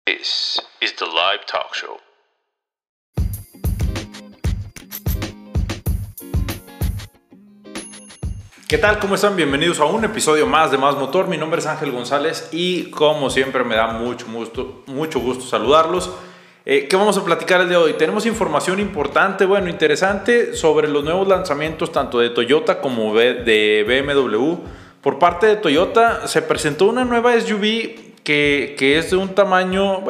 This is the Live Talk Show. ¿Qué tal? ¿Cómo están? Bienvenidos a un episodio más de Más Motor. Mi nombre es Ángel González y como siempre me da mucho gusto saludarlos. ¿Qué vamos a platicar el día de hoy? Tenemos información importante, interesante sobre los nuevos lanzamientos tanto de Toyota como de BMW. Por parte de Toyota se presentó una nueva SUV que es de un tamaño,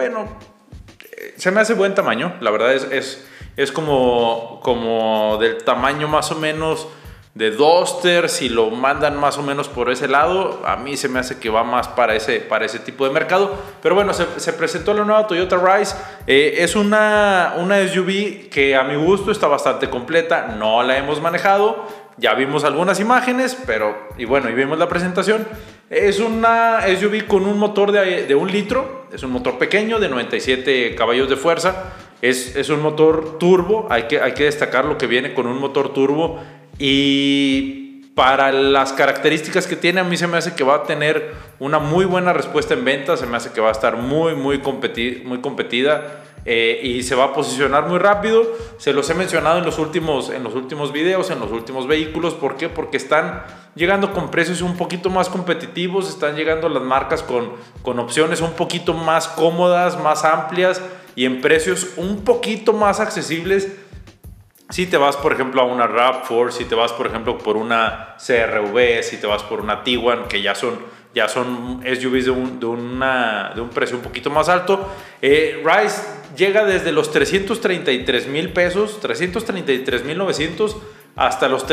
se me hace buen tamaño. La verdad es como del tamaño más o menos de Duster. Si lo mandan más o menos por ese lado, a mí se me hace que va más para ese tipo de mercado. Pero bueno, se presentó la nueva Toyota Rise. Es una SUV que a mi gusto está bastante completa. No la hemos manejado. Ya vimos algunas imágenes, y vimos la presentación. Es una SUV con un motor de 1 litro. Es un motor pequeño de 97 caballos de fuerza. Es un motor turbo. Hay que destacar lo que viene con un motor turbo. Y para las características que tiene, a mí se me hace que va a tener una muy buena respuesta en ventas. Se me hace que va a estar muy competida. Y se va a posicionar muy rápido. Se los he mencionado en los últimos videos, en los últimos vehículos. ¿Por qué? Porque están llegando con precios un poquito más competitivos. Están llegando las marcas con opciones un poquito más cómodas, más amplias y en precios un poquito más accesibles. Si te vas, por ejemplo, a una RAV4, si te vas, por ejemplo, por una CR-V, si te vas por una Tiguan, que ya son SUVs de un precio un poquito más alto. Rise llega desde los 333,000 pesos, 333,900, hasta los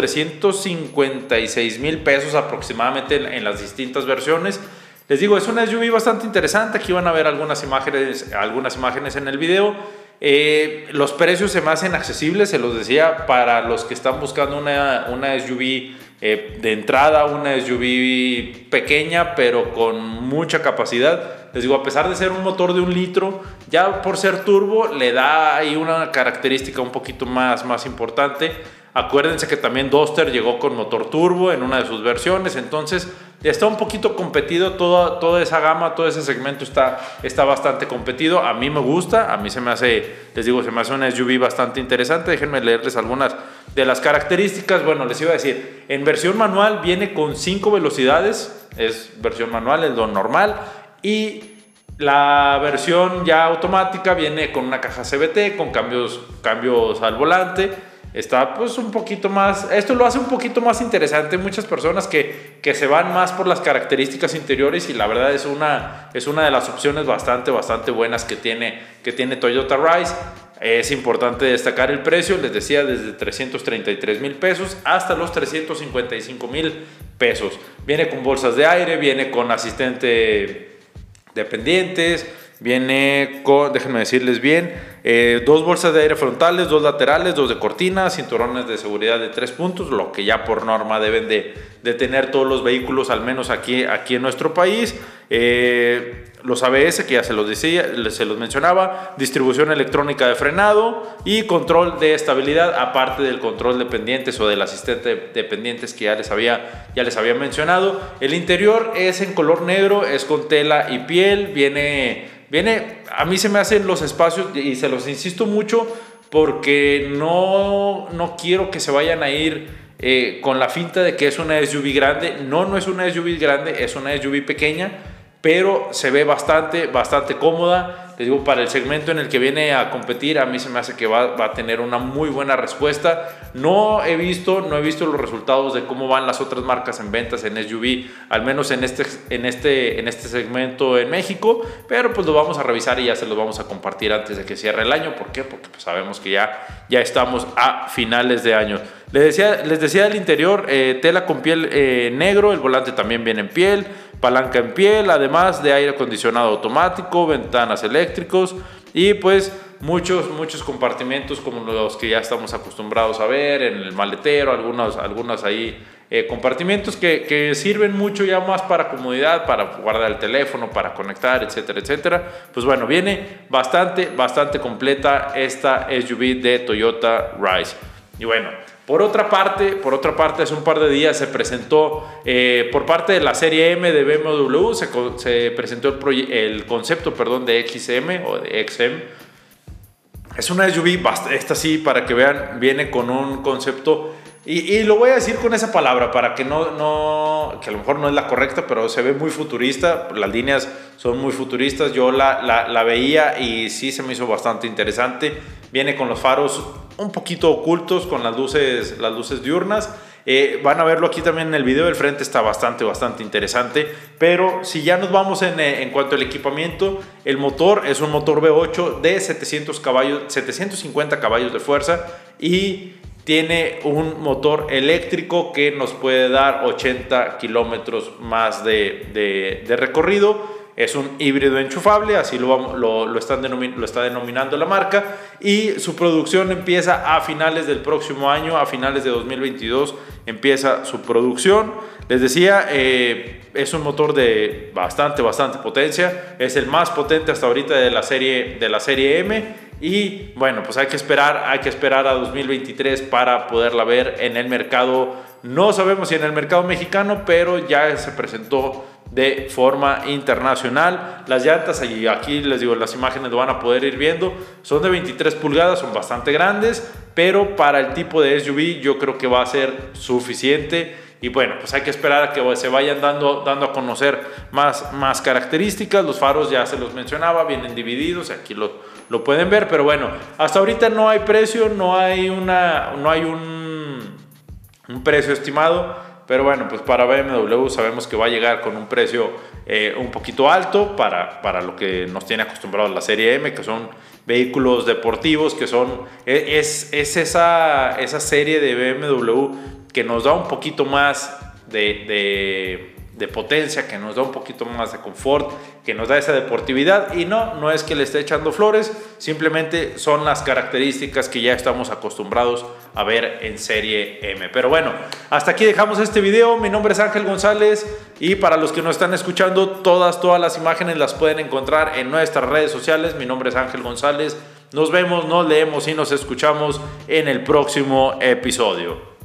356,000 pesos aproximadamente en las distintas versiones. Les digo, es una SUV bastante interesante. Aquí van a ver algunas imágenes en el video. Los precios se me hacen accesibles, se los decía, para los que están buscando una SUV de entrada, una SUV pequeña pero con mucha capacidad. Les digo, a pesar de ser un motor de 1 litro, ya por ser turbo le da ahí una característica un poquito más importante. Acuérdense que también Duster llegó con motor turbo en una de sus versiones, entonces está un poquito competido toda esa gama, todo ese segmento está bastante competido. A mí me gusta, a mí se me hace una SUV bastante interesante. Déjenme leerles algunas de las características. Les iba a decir, en versión manual viene con 5 velocidades, es versión manual, es lo normal, y la versión ya automática viene con una caja CVT, con cambios al volante. Está un poquito más, esto lo hace un poquito más interesante. Muchas personas que se van más por las características interiores, y la verdad es una de las opciones bastante buenas que tiene Toyota Rise. Es importante destacar el precio, les decía, desde 333,000 pesos hasta los 355,000 pesos. Viene con bolsas de aire, viene con asistente de pendientes, viene con, déjenme decirles bien, 2 bolsas de aire frontales, 2 laterales, 2 de cortina, cinturones de seguridad de 3 puntos, lo que ya por norma deben de tener todos los vehículos, al menos aquí en nuestro país. Los ABS, que ya se los mencionaba, distribución electrónica de frenado y control de estabilidad, aparte del control de pendientes o del asistente de pendientes que ya les había mencionado. El interior es en color negro, es con tela y piel. Viene, a mí se me hacen los espacios, y se los insisto mucho, porque no quiero que se vayan a ir con la finta de que es una SUV grande. No es una SUV grande, es una SUV pequeña, pero se ve bastante cómoda. Les digo, para el segmento en el que viene a competir, a mí se me hace que va a tener una muy buena respuesta. No he visto los resultados de cómo van las otras marcas en ventas en SUV, al menos en este segmento en México, pero lo vamos a revisar y ya se los vamos a compartir antes de que cierre el año. ¿Por qué? Porque sabemos que ya estamos a finales de año. Les decía del interior, tela con piel negro, el volante también viene en piel, palanca en piel, además de aire acondicionado automático, ventanas eléctricos y muchos compartimentos como los que ya estamos acostumbrados a ver en el maletero, algunos ahí compartimentos que sirven mucho ya más para comodidad, para guardar el teléfono, para conectar, etcétera. Viene bastante completa esta SUV de Toyota Rise. Y Por otra parte, hace un par de días se presentó por parte de la serie M de BMW, se presentó el concepto, de XM o de XM. Es una SUV, esta sí, para que vean, viene con un concepto, y lo voy a decir con esa palabra, para que que a lo mejor no es la correcta, pero se ve muy futurista, las líneas son muy futuristas, yo la veía y sí se me hizo bastante interesante. Viene con los faros un poquito ocultos, con las luces diurnas. Van a verlo aquí también en el video, el frente está bastante interesante, pero si ya nos vamos en cuanto al equipamiento, el motor es un motor V8 de 750 caballos de fuerza y tiene un motor eléctrico que nos puede dar 80 kilómetros más de recorrido. Es un híbrido enchufable, así lo está denominando la marca, y su producción empieza a finales del próximo año, a finales de 2022 empieza su producción. Les decía, es un motor de bastante potencia, es el más potente hasta ahorita de la serie M. Y bueno, pues hay que esperar a 2023 para poderla ver en el mercado. No sabemos si en el mercado mexicano, pero ya se presentó de forma internacional. Las llantas, y aquí les digo, las imágenes lo van a poder ir viendo, son de 23 pulgadas, son bastante grandes, pero para el tipo de SUV yo creo que va a ser suficiente. Y bueno, pues hay que esperar a que se vayan dando a conocer más características. Los faros ya se los mencionaba, vienen divididos, aquí lo pueden ver, pero bueno, hasta ahorita no hay precio, no hay un precio estimado. Pero bueno, pues para BMW sabemos que va a llegar con un precio un poquito alto para lo que nos tiene acostumbrados la serie M, que son vehículos deportivos, que es esa serie de BMW que nos da un poquito más de potencia, que nos da un poquito más de confort, que nos da esa deportividad. Y no es que le esté echando flores, simplemente son las características que ya estamos acostumbrados a ver en serie M. Pero bueno, hasta aquí dejamos este video. Mi nombre es Ángel González, y para los que nos están escuchando, todas las imágenes las pueden encontrar en nuestras redes sociales. Mi nombre es Ángel González. Nos vemos, nos leemos y nos escuchamos en el próximo episodio.